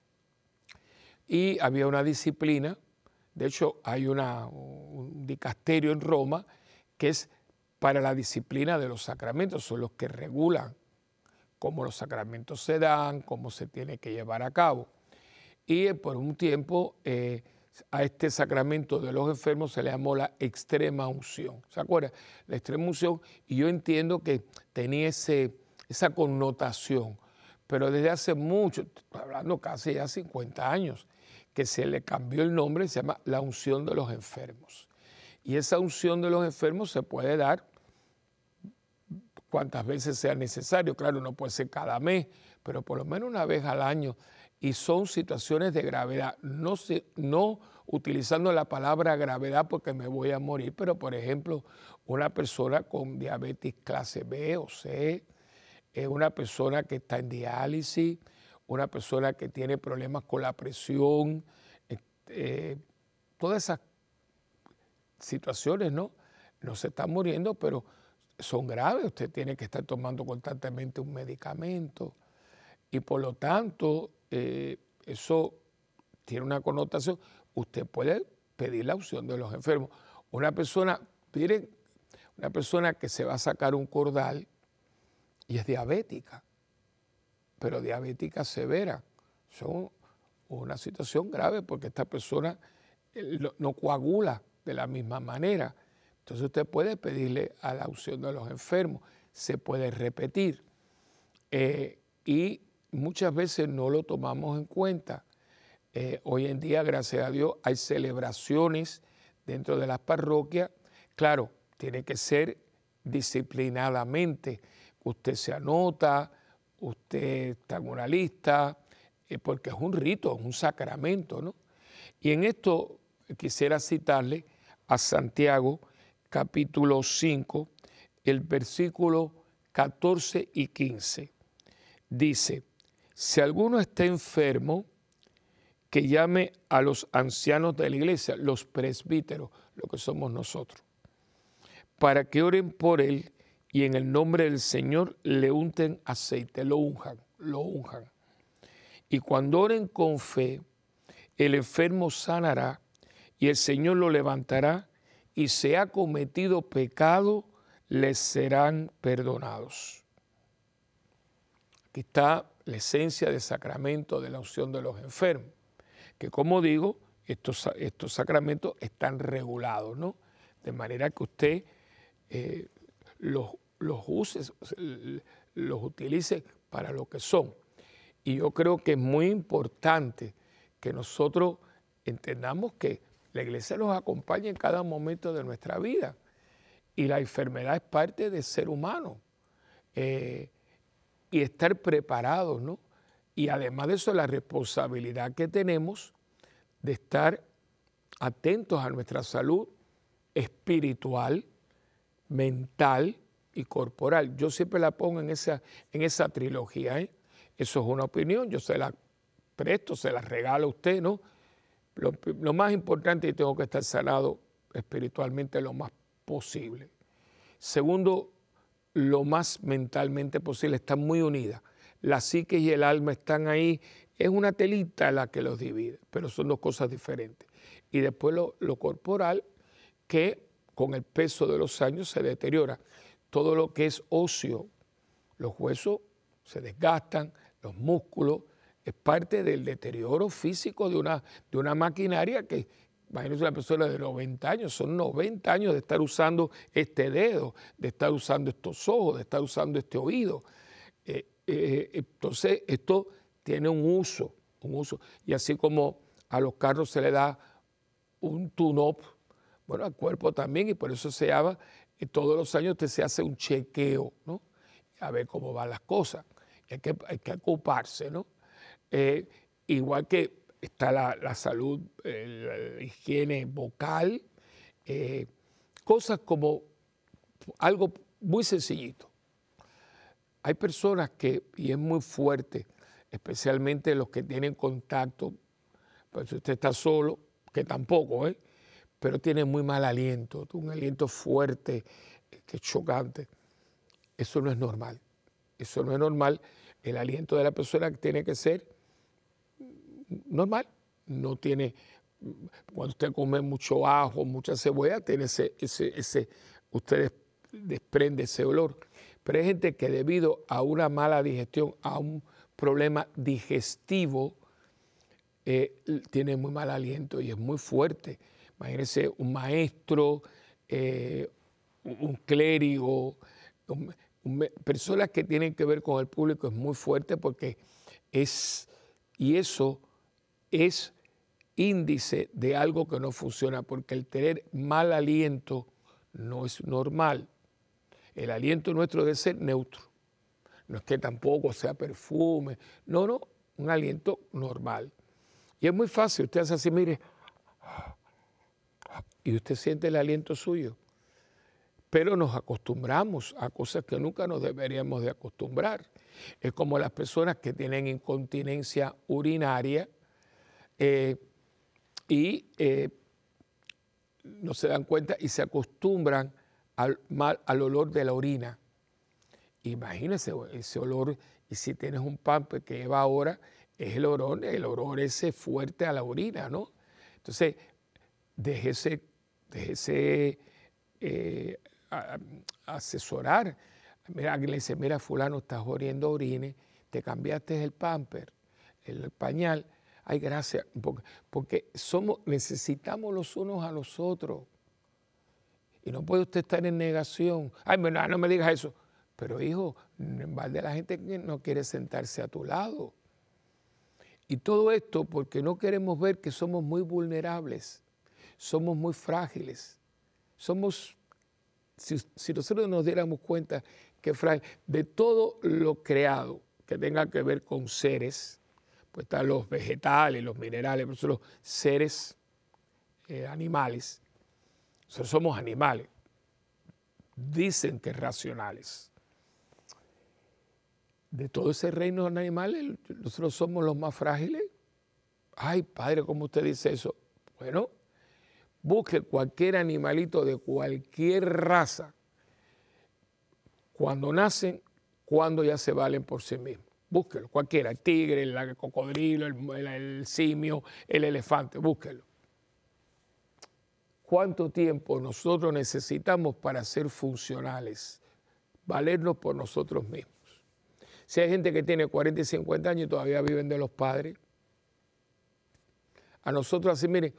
y había una disciplina, de hecho hay una, un dicasterio en Roma que es para la disciplina de los sacramentos, son los que regulan cómo los sacramentos se dan, cómo se tiene que llevar a cabo. Y por un tiempo eh, a este sacramento de los enfermos se le llamó la extrema unción. ¿Se acuerdan? La extrema unción, y yo entiendo que tenía ese, esa connotación, pero desde hace mucho, hablando casi ya cincuenta años, que se le cambió el nombre, se llama la unción de los enfermos. Y esa unción de los enfermos se puede dar cuantas veces sea necesario. Claro, no puede ser cada mes, pero por lo menos una vez al año. Y son situaciones de gravedad, no, se, no utilizando la palabra gravedad porque me voy a morir, pero por ejemplo, una persona con diabetes clase B o C, eh, una persona que está en diálisis, una persona que tiene problemas con la presión, eh, eh, todas esas situaciones, ¿no? No se están muriendo, pero son graves, usted tiene que estar tomando constantemente un medicamento y por lo tanto eh, eso tiene una connotación. Usted puede pedir la unción de los enfermos. Una persona, miren, una persona que se va a sacar un cordal y es diabética, pero diabética severa, son una situación grave porque esta persona no coagula de la misma manera. Entonces usted puede pedirle a la unción de los enfermos, se puede repetir eh, y muchas veces no lo tomamos en cuenta. Eh, hoy en día, gracias a Dios, hay celebraciones dentro de las parroquias. Claro, tiene que ser disciplinadamente. Usted se anota, usted está en una lista, eh, porque es un rito, es un sacramento, ¿no? Y en esto quisiera citarle a Santiago, capítulo cinco, el versículo catorce y quince. Dice, si alguno está enfermo, que llame a los ancianos de la iglesia, los presbíteros, lo que somos nosotros, para que oren por él y en el nombre del Señor le unten aceite, lo unjan, lo unjan. Y cuando oren con fe, el enfermo sanará y el Señor lo levantará, y si ha cometido pecado, les serán perdonados. Aquí está la esencia del sacramento de la unción de los enfermos, que como digo, estos, estos sacramentos están regulados, ¿no? De manera que usted eh, los, los use, los utilice para lo que son. Y yo creo que es muy importante que nosotros entendamos que la iglesia nos acompaña en cada momento de nuestra vida y la enfermedad es parte del ser humano. Eh, y estar preparados, ¿no? Y además de eso, la responsabilidad que tenemos de estar atentos a nuestra salud espiritual, mental y corporal. Yo siempre la pongo en esa, en esa trilogía, ¿eh? Eso es una opinión, yo se la presto, se la regalo a usted, ¿no? Lo, lo más importante es que tengo que estar sanado espiritualmente lo más posible. Segundo, lo más mentalmente posible, están muy unidas. La psique y el alma están ahí, es una telita la que los divide, pero son dos cosas diferentes. Y después lo, lo corporal, que con el peso de los años se deteriora. Todo lo que es óseo, los huesos se desgastan, los músculos, es parte del deterioro físico de una, de una maquinaria que, imagínense una persona de noventa años, son noventa años de estar usando este dedo, de estar usando estos ojos, de estar usando este oído. Eh, eh, entonces, esto tiene un uso, un uso. Y así como a los carros se le da un tune-up, bueno, al cuerpo también, y por eso se llama, eh, todos los años usted se hace un chequeo, ¿no? A ver cómo van las cosas. Hay que, hay que ocuparse, ¿no? Eh, igual que está la, la salud, eh, la higiene vocal, eh, cosas como algo muy sencillito. Hay personas que, y es muy fuerte, especialmente los que tienen contacto, pues si usted está solo, que tampoco, ¿eh? Pero tiene muy mal aliento, un aliento fuerte, que es chocante. Eso no es normal, eso no es normal. El aliento de la persona tiene que ser normal, no tiene, cuando usted come mucho ajo, mucha cebolla, tiene ese, ese, ese, usted desprende ese olor. Pero hay gente que debido a una mala digestión, a un problema digestivo, eh, tiene muy mal aliento y es muy fuerte. Imagínense un maestro, eh, un clérigo, un, un, personas que tienen que ver con el público, es muy fuerte porque es, y eso es índice de algo que no funciona, porque el tener mal aliento no es normal. El aliento nuestro debe ser neutro. No es que tampoco sea perfume, no, no, un aliento normal. Y es muy fácil, usted hace así, mire, y usted siente el aliento suyo. Pero nos acostumbramos a cosas que nunca nos deberíamos de acostumbrar. Es como las personas que tienen incontinencia urinaria, Eh, y eh, no se dan cuenta y se acostumbran al, mal, al olor de la orina. Imagínense ese olor, y si tienes un pamper que lleva ahora, es el olor, el olor ese fuerte a la orina, ¿no? Entonces, déjese, déjese eh, a, a asesorar. Mira, alguien le dice, mira, fulano, estás oliendo orines, te cambiaste el pamper, el pañal. Ay, gracias, porque, porque somos, necesitamos los unos a los otros. Y no puede usted estar en negación. Ay, no, no me digas eso. Pero hijo, en balde la gente que no quiere sentarse a tu lado. Y todo esto porque no queremos ver que somos muy vulnerables. somos muy frágiles. Somos, si, si nosotros nos diéramos cuenta que frágil, de todo lo creado que tenga que ver con seres, pues están los vegetales, los minerales, pero son los seres eh, animales. Nosotros somos animales. Dicen que racionales. De todo ese reino de animales, nosotros somos los más frágiles. Ay, padre, ¿cómo usted dice eso? Bueno, busque cualquier animalito de cualquier raza. Cuando nacen, cuando ya se valen por sí mismos. Búsquelo, cualquiera, el tigre, el cocodrilo, el, el, el simio, el elefante, búsquelo. ¿Cuánto tiempo nosotros necesitamos para ser funcionales? Valernos por nosotros mismos. Si hay gente que tiene cuarenta y cincuenta años y todavía viven de los padres, a nosotros así, miren,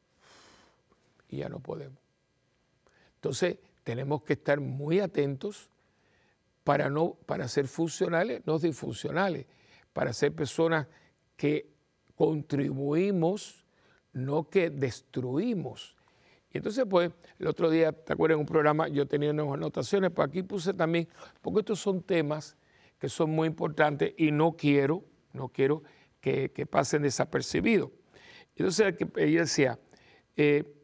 y ya no podemos. Entonces, tenemos que estar muy atentos para, no, para ser funcionales, no disfuncionales, para ser personas que contribuimos, no que destruimos. Y entonces, pues, el otro día, ¿te acuerdas? En un programa yo tenía unas anotaciones, pues aquí puse también, porque estos son temas que son muy importantes y no quiero, no quiero que, que pasen desapercibidos. Entonces, ella decía, eh,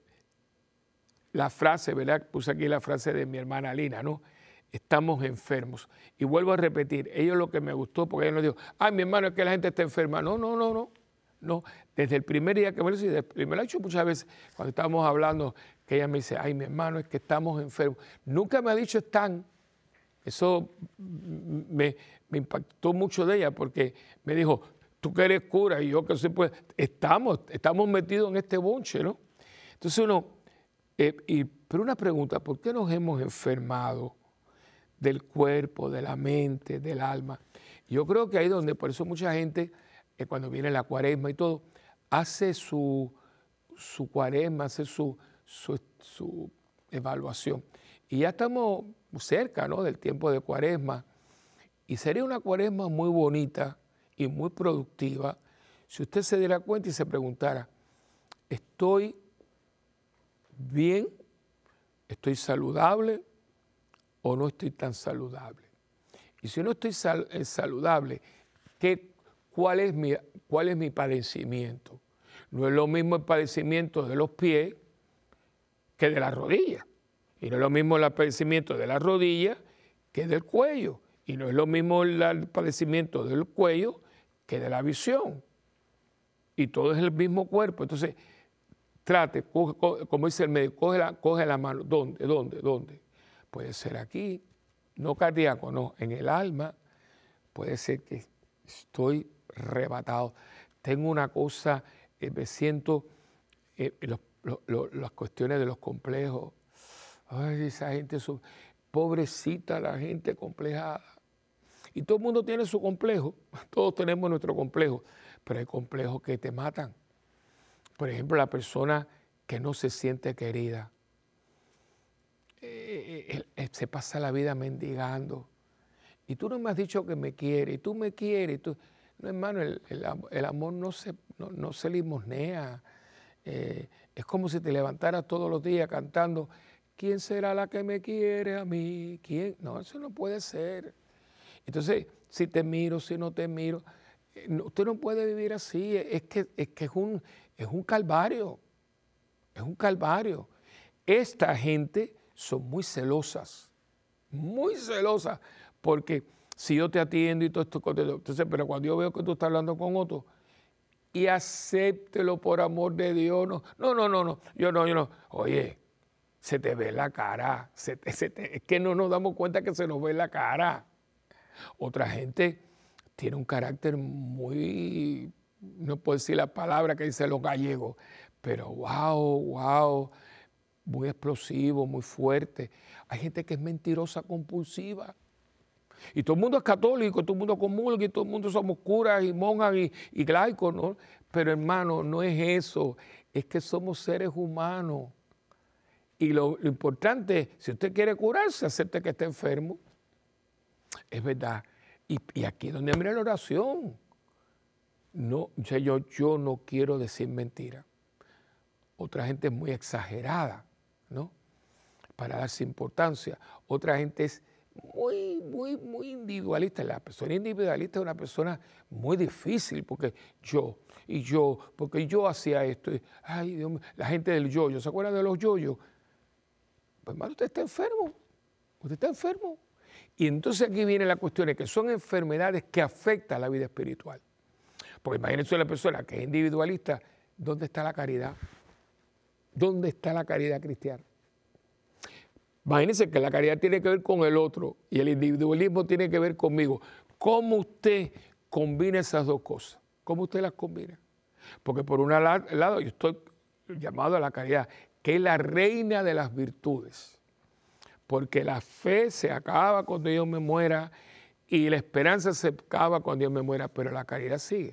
la frase, ¿verdad? Puse aquí la frase de mi hermana Lina, ¿no? Estamos enfermos. Y vuelvo a repetir, ello es lo que me gustó, porque ella nos dijo, ay, mi hermano, es que la gente está enferma. No, no, no, no. No, desde el primer día que me lo hice, y me lo ha hecho muchas veces cuando estábamos hablando, que ella me dice, ay, mi hermano, es que estamos enfermos. Nunca me ha dicho están. Eso me, me impactó mucho de ella, porque me dijo, tú que eres cura y yo que soy, pues, estamos, estamos metidos en este bonche, ¿no? Entonces uno, eh, y, pero una pregunta, ¿por qué nos hemos enfermado del cuerpo, de la mente, del alma? Yo creo que ahí donde, por eso mucha gente, eh, cuando viene la cuaresma y todo, hace su, su cuaresma, hace su, su, su evaluación. Y ya estamos cerca, ¿no?, del tiempo de cuaresma. Y sería una cuaresma muy bonita y muy productiva si usted se diera cuenta y se preguntara, ¿estoy bien? ¿Estoy saludable o no estoy tan saludable? Y si no estoy sal, eh, saludable, ¿qué, cuál, es mi, ¿cuál es mi padecimiento? No es lo mismo el padecimiento de los pies que de las rodillas. Y no es lo mismo el padecimiento de la rodilla que del cuello. Y no es lo mismo el padecimiento del cuello que de la visión. Y todo es el mismo cuerpo. Entonces, trate, coge, coge, como dice el médico, coge la, coge la mano. ¿Dónde? ¿Dónde? ¿Dónde? Puede ser aquí, no cardíaco, no, en el alma. Puede ser que estoy arrebatado. Tengo una cosa, eh, me siento, eh, los, los, los, las cuestiones de los complejos. Ay, esa gente, su, pobrecita la gente complejada. Y todo el mundo tiene su complejo, todos tenemos nuestro complejo, pero hay complejos que te matan. Por ejemplo, la persona que no se siente querida, eh, eh, eh, se pasa la vida mendigando. Y tú no me has dicho que me quieres, y tú me quieres. Y tú... No, hermano, el, el, el amor no se, no, no se limosnea. Eh, es como si te levantaras todos los días cantando, ¿quién será la que me quiere a mí? ¿Quién? No, eso no puede ser. Entonces, si te miro, si no te miro, eh, no, usted no puede vivir así. Es que es, que es, un, es un calvario. Es un calvario. Esta gente son muy celosas, muy celosas, porque si yo te atiendo y todo esto, entonces, pero cuando yo veo que tú estás hablando con otro, y acéptelo por amor de Dios, no, no, no, no, no, yo no, yo no, oye, se te ve la cara, se te, se te, es que no nos damos cuenta que se nos ve la cara. Otra gente tiene un carácter muy, no puedo decir la palabra que dicen los gallegos, pero wow, wow, muy explosivo, muy fuerte. Hay gente que es mentirosa compulsiva. Y todo el mundo es católico, todo el mundo comulga, y todo el mundo somos curas y monjas y, y laicos, ¿no? Pero hermano, no es eso, es que somos seres humanos. Y lo, lo importante, si usted quiere curarse, acepte que está enfermo. Es verdad. Y, y aquí es donde mira la oración. No, yo, yo no quiero decir mentira. otra gente es muy exagerada, ¿no? Para darse importancia. Otra gente es muy, muy, muy individualista. La persona individualista es una persona muy difícil porque yo, y yo, porque yo hacía esto. Y, ay, Dios mío, la gente del yoyo, ¿se acuerdan de los yoyos? Pues hermano, usted está enfermo, usted está enfermo. Y entonces aquí viene la cuestión de que son enfermedades que afectan la vida espiritual. Porque imagínense una persona que es individualista, ¿dónde está la caridad? ¿Dónde está la caridad cristiana? Imagínense que la caridad tiene que ver con el otro y el individualismo tiene que ver conmigo. ¿Cómo usted combina esas dos cosas? ¿Cómo usted las combina? Porque por un lado yo estoy llamado a la caridad, que es la reina de las virtudes. Porque la fe se acaba cuando yo me muera y la esperanza se acaba cuando yo me muera, pero la caridad sigue.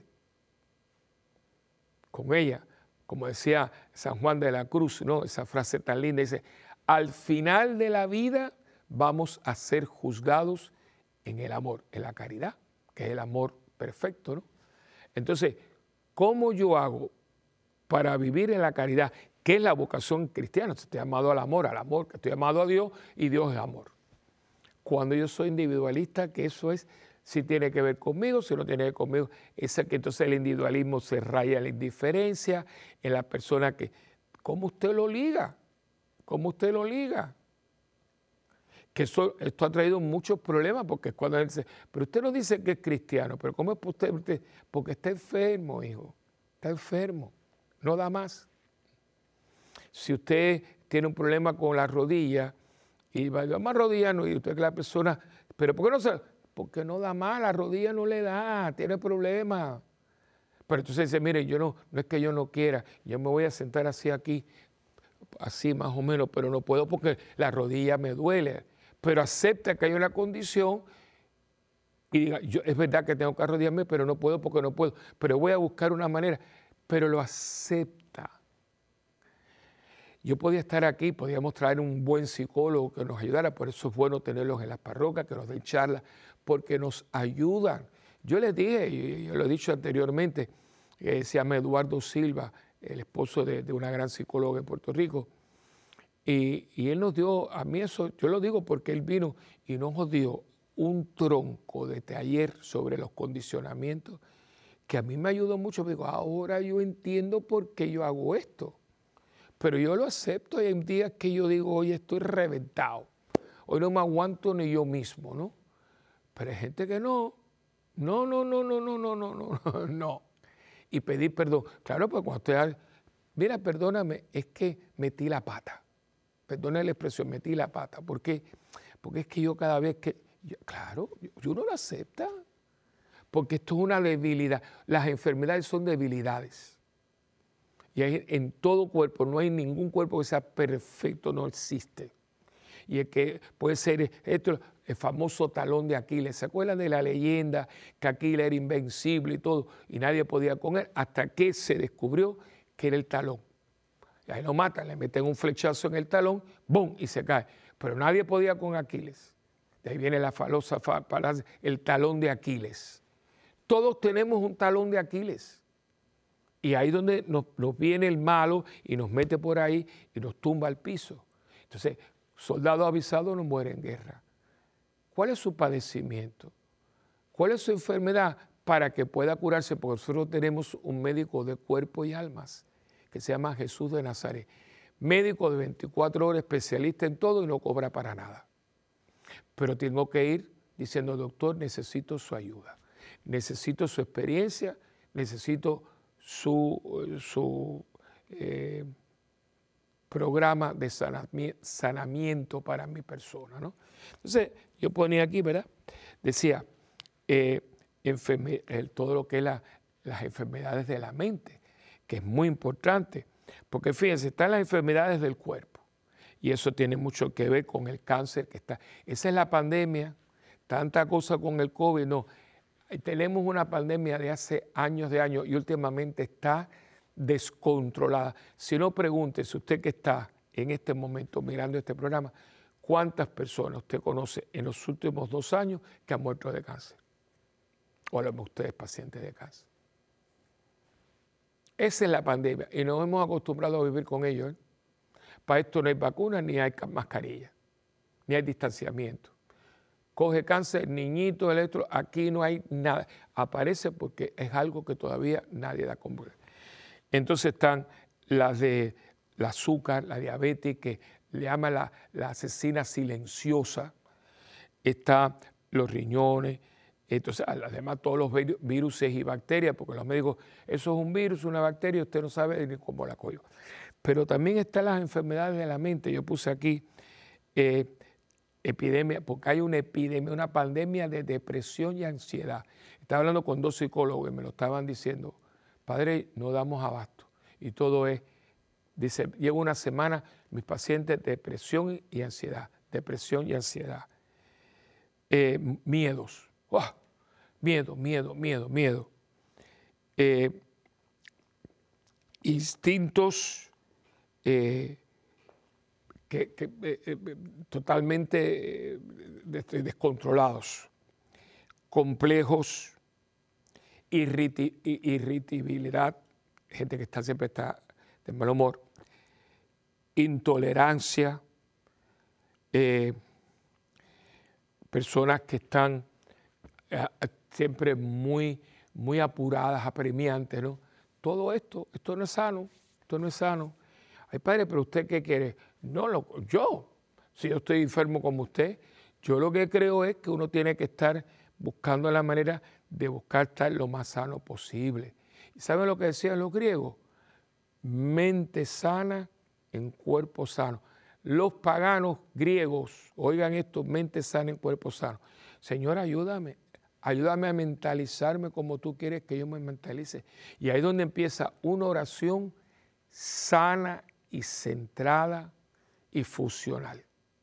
Con ella, como decía San Juan de la Cruz, ¿no? Esa frase tan linda, dice, al final de la vida vamos a ser juzgados en el amor, en la caridad, que es el amor perfecto, ¿no? Entonces, ¿cómo yo hago para vivir en la caridad? ¿Qué es la vocación cristiana? Estoy llamado al amor, al amor, que estoy llamado a Dios y Dios es amor. Cuando yo soy individualista, que eso es, si tiene que ver conmigo, si no tiene que ver conmigo, es que entonces el individualismo se raya en la indiferencia, en la persona que, ¿cómo usted lo liga? ¿Cómo usted lo liga? Que eso, esto ha traído muchos problemas, porque cuando él dice, pero usted no dice que es cristiano, pero ¿cómo es usted? usted? Porque está enfermo, hijo, está enfermo, no da más. Si usted tiene un problema con la rodilla, y va a más rodilla, no, y usted que la persona, pero ¿por qué no se? Porque no da más, la rodilla no le da, tiene problemas. Pero entonces dice, mire, yo no, no es que yo no quiera, yo me voy a sentar así aquí, así más o menos, pero no puedo porque la rodilla me duele. Pero acepta que hay una condición y diga, yo, es verdad que tengo que arrodillarme, pero no puedo porque no puedo. Pero voy a buscar una manera, pero lo acepta. Yo podía estar aquí, podíamos traer un buen psicólogo que nos ayudara, por eso es bueno tenerlos en las parroquias, que nos den charlas, porque nos ayudan. Yo les dije, y yo lo he dicho anteriormente, eh, se llama Eduardo Silva, el esposo de, de una gran psicóloga en Puerto Rico, y, y él nos dio, a mí eso, yo lo digo porque él vino y nos dio un tronco de taller sobre los condicionamientos, que a mí me ayudó mucho. Me digo, ahora yo entiendo por qué yo hago esto. Pero yo lo acepto y hay días que yo digo, oye, estoy reventado. Hoy no me aguanto ni yo mismo, ¿no? Pero hay gente que no. No, no, no, no, no, no, no, no, no. Y pedir perdón. Claro, pues cuando usted, mira, perdóname, es que metí la pata. Perdona la expresión, metí la pata. ¿Por qué? Porque es que yo cada vez que, yo, claro, yo no lo acepta. Porque esto es una debilidad. Las enfermedades son debilidades. Y hay, en todo cuerpo, no hay ningún cuerpo que sea perfecto, no existe. Y el que puede ser esto, el famoso talón de Aquiles. ¿Se acuerdan de la leyenda que Aquiles era invencible y todo? Y nadie podía con él hasta que se descubrió que era el talón. Y ahí lo matan, le meten un flechazo en el talón, ¡bum! Y se cae. Pero nadie podía con Aquiles. De ahí viene la falosa palabra, el talón de Aquiles. Todos tenemos un talón de Aquiles. Y ahí es donde nos, nos viene el malo y nos mete por ahí y nos tumba al piso. Entonces, soldado avisado no muere en guerra. ¿Cuál es su padecimiento? ¿Cuál es su enfermedad? Para que pueda curarse, porque nosotros tenemos un médico de cuerpo y almas que se llama Jesús de Nazaret. Médico de veinticuatro horas, especialista en todo y no cobra para nada. Pero tengo que ir diciendo, doctor, necesito su ayuda. Necesito su experiencia, necesito su, su eh, programa de sanamiento para mi persona, ¿no? Entonces, yo ponía aquí, ¿verdad? Decía, eh, el, todo lo que es la, las enfermedades de la mente, que es muy importante, porque fíjense, están las enfermedades del cuerpo, y eso tiene mucho que ver con el cáncer que está. Esa es la pandemia, tanta cosa con el COVID, no. Tenemos una pandemia de hace años de años y últimamente está descontrolada. Si no, pregúntese usted que está en este momento mirando este programa, ¿cuántas personas usted conoce en los últimos dos años que han muerto de cáncer? O a lo mejor ustedes pacientes de cáncer. Esa es la pandemia y nos hemos acostumbrado a vivir con ello. ¿eh? Para esto no hay vacuna, ni hay mascarilla, ni hay distanciamiento. Coge cáncer, niñito, electro, aquí no hay nada. Aparece porque es algo que todavía nadie da con. Entonces están las de el azúcar, la diabetes, que le llama la, la asesina silenciosa. Está los riñones, entonces además todos los virus y bacterias, porque los médicos, eso es un virus, una bacteria, usted no sabe ni cómo la cogió. Pero también están las enfermedades de la mente. Yo puse aquí eh, epidemia, porque hay una epidemia, una pandemia de depresión y ansiedad. Estaba hablando con dos psicólogos y me lo estaban diciendo, padre, no damos abasto. Y todo es, dice, llevo una semana, mis pacientes, depresión y ansiedad, depresión y ansiedad. Eh, miedos, ¡oh! miedo, miedo, miedo, miedo. Eh, instintos eh, que, que, eh, eh, totalmente eh, descontrolados, complejos, irriti irritabilidad, gente que está, siempre está de mal humor, intolerancia, eh, personas que están eh, siempre muy, muy apuradas, apremiantes, ¿no? Todo esto, esto no es sano, esto no es sano. Ay, padre, pero ¿usted qué quiere? No, lo, yo, si yo estoy enfermo como usted, yo lo que creo es que uno tiene que estar buscando la manera de buscar estar lo más sano posible. ¿Y saben lo que decían los griegos? Mente sana en cuerpo sano. Los paganos griegos, oigan esto, mente sana en cuerpo sano. Señor, ayúdame, ayúdame a mentalizarme como tú quieres que yo me mentalice. Y ahí es donde empieza una oración sana y centrada y funcional.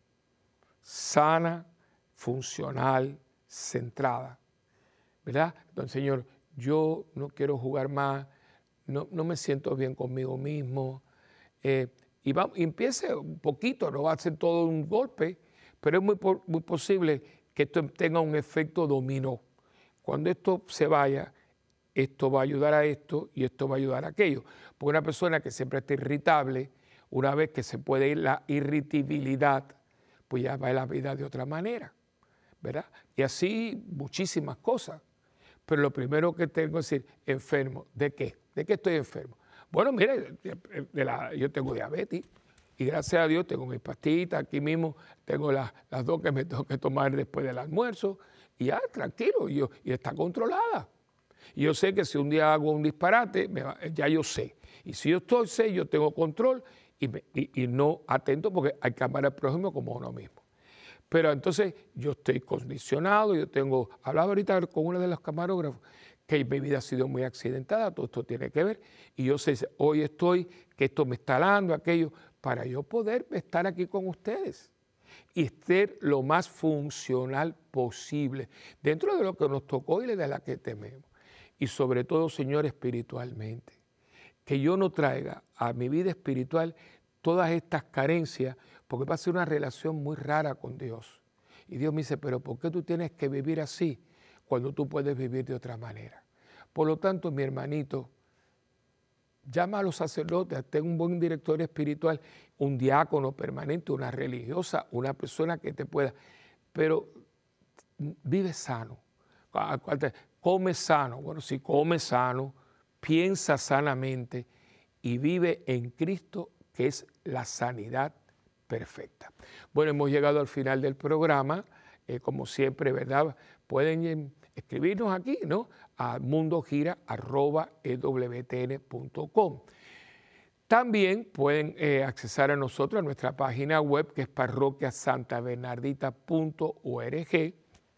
Sana, funcional, centrada. ¿Verdad? Entonces, Señor, yo no quiero jugar más, no, no me siento bien conmigo mismo. Eh, y, va, y empiece un poquito, no va a ser todo un golpe, pero es muy, muy posible que esto tenga un efecto dominó. Cuando esto se vaya, esto va a ayudar a esto y esto va a ayudar a aquello. Porque una persona que siempre está irritable, una vez que se puede ir la irritabilidad, pues ya va a la vida de otra manera, ¿verdad? Y así muchísimas cosas. Pero lo primero que tengo es decir, enfermo, ¿de qué? ¿De qué estoy enfermo? Bueno, mire, de la, yo tengo diabetes y gracias a Dios tengo mis pastillitas, aquí mismo tengo las, las dos que me tengo que tomar después del almuerzo y ya, tranquilo, y, yo, y está controlada. Y yo sé que si un día hago un disparate, me va, ya yo sé. Y si yo estoy sé, yo tengo control y, me, y, y no atento porque hay que amar al prójimo como a uno mismo. Pero entonces yo estoy condicionado, yo tengo, hablaba ahorita con uno de los camarógrafos, que mi vida ha sido muy accidentada, todo esto tiene que ver, y yo sé, hoy estoy, que esto me está dando, aquello, para yo poder estar aquí con ustedes y ser lo más funcional posible, dentro de lo que nos tocó y de la que tememos. Y sobre todo, Señor, espiritualmente, que yo no traiga a mi vida espiritual todas estas carencias, porque va a ser una relación muy rara con Dios. Y Dios me dice, pero ¿por qué tú tienes que vivir así cuando tú puedes vivir de otra manera? Por lo tanto, mi hermanito, llama a los sacerdotes, ten un buen director espiritual, un diácono permanente, una religiosa, una persona que te pueda, pero vive sano, come sano. Bueno, si come sano, piensa sanamente y vive en Cristo, que es la sanidad perfecta. Bueno, hemos llegado al final del programa. Eh, como siempre, ¿verdad? Pueden eh, escribirnos aquí, ¿no? A mundogira arroba e w t n punto com. También pueden eh, accesar a nosotros a nuestra página web, que es parroquia santa bernardita punto org.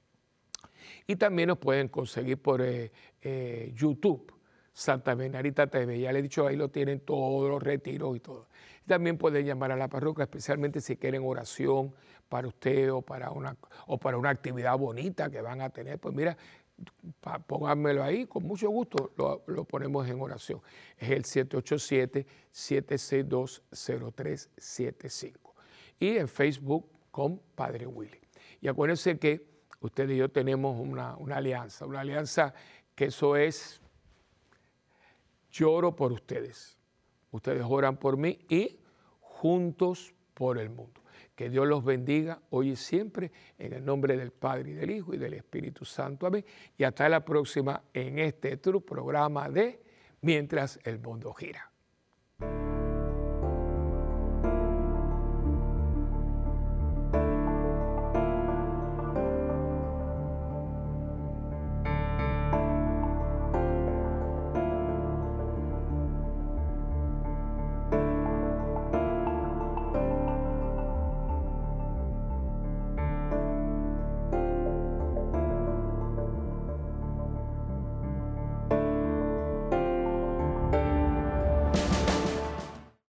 Y también nos pueden conseguir por eh, eh, YouTube, Santa Bernardita T V. Ya les he dicho, ahí lo tienen todos los retiros y todo. También pueden llamar a la parroquia, especialmente si quieren oración para usted o para una, o para una actividad bonita que van a tener. Pues mira, pónganmelo ahí, con mucho gusto lo, lo ponemos en oración. Es el siete ocho siete, siete seis dos, cero tres siete cinco. Y en Facebook con Padre Willy. Y acuérdense que usted y yo tenemos una, una alianza, una alianza que eso es Yo oro por ustedes. Ustedes oran por mí y juntos por el mundo. Que Dios los bendiga hoy y siempre, en el nombre del Padre, y del Hijo, y del Espíritu Santo. Amén. Y hasta la próxima en este tu programa de Mientras el Mundo Gira.